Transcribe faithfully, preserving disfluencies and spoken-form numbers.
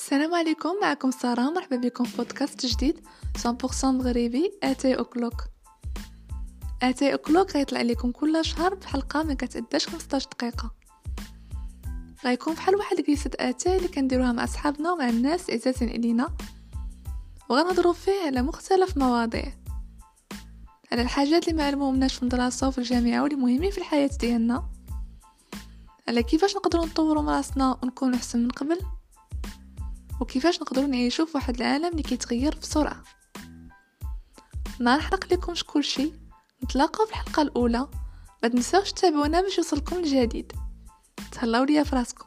السلام عليكم، معكم سارة. مرحبا بكم في بودكاست جديد مية بالمية مغربي اتاي اوكلوك. اتاي اوكلوك غيطلع لكم كل شهر بحلقه ما كتعداش خمسطاش دقيقه. غيكون بحال واحد جلسه اتاي اللي كنديروها مع اصحابنا ومع الناس عزازين علينا، وغنهضروا فيه على مختلف مواضيع، على الحاجات اللي ما علموهمناش في المدرسه وفي الجامعه واللي مهمين في الحياه ديالنا، على كيفاش نقدروا نطوروا راسنا ونكونوا احسن من قبل، وكيفاش نقدروا نعيشوا في واحد العالم اللي كيتغير بسرعه. ما نحرق لكمش كل شيء. نتلاقاو في الحلقه الاولى. ما تنساوش تتابعونا باش يوصلكم الجديد. تهلاو ليا فراسكم.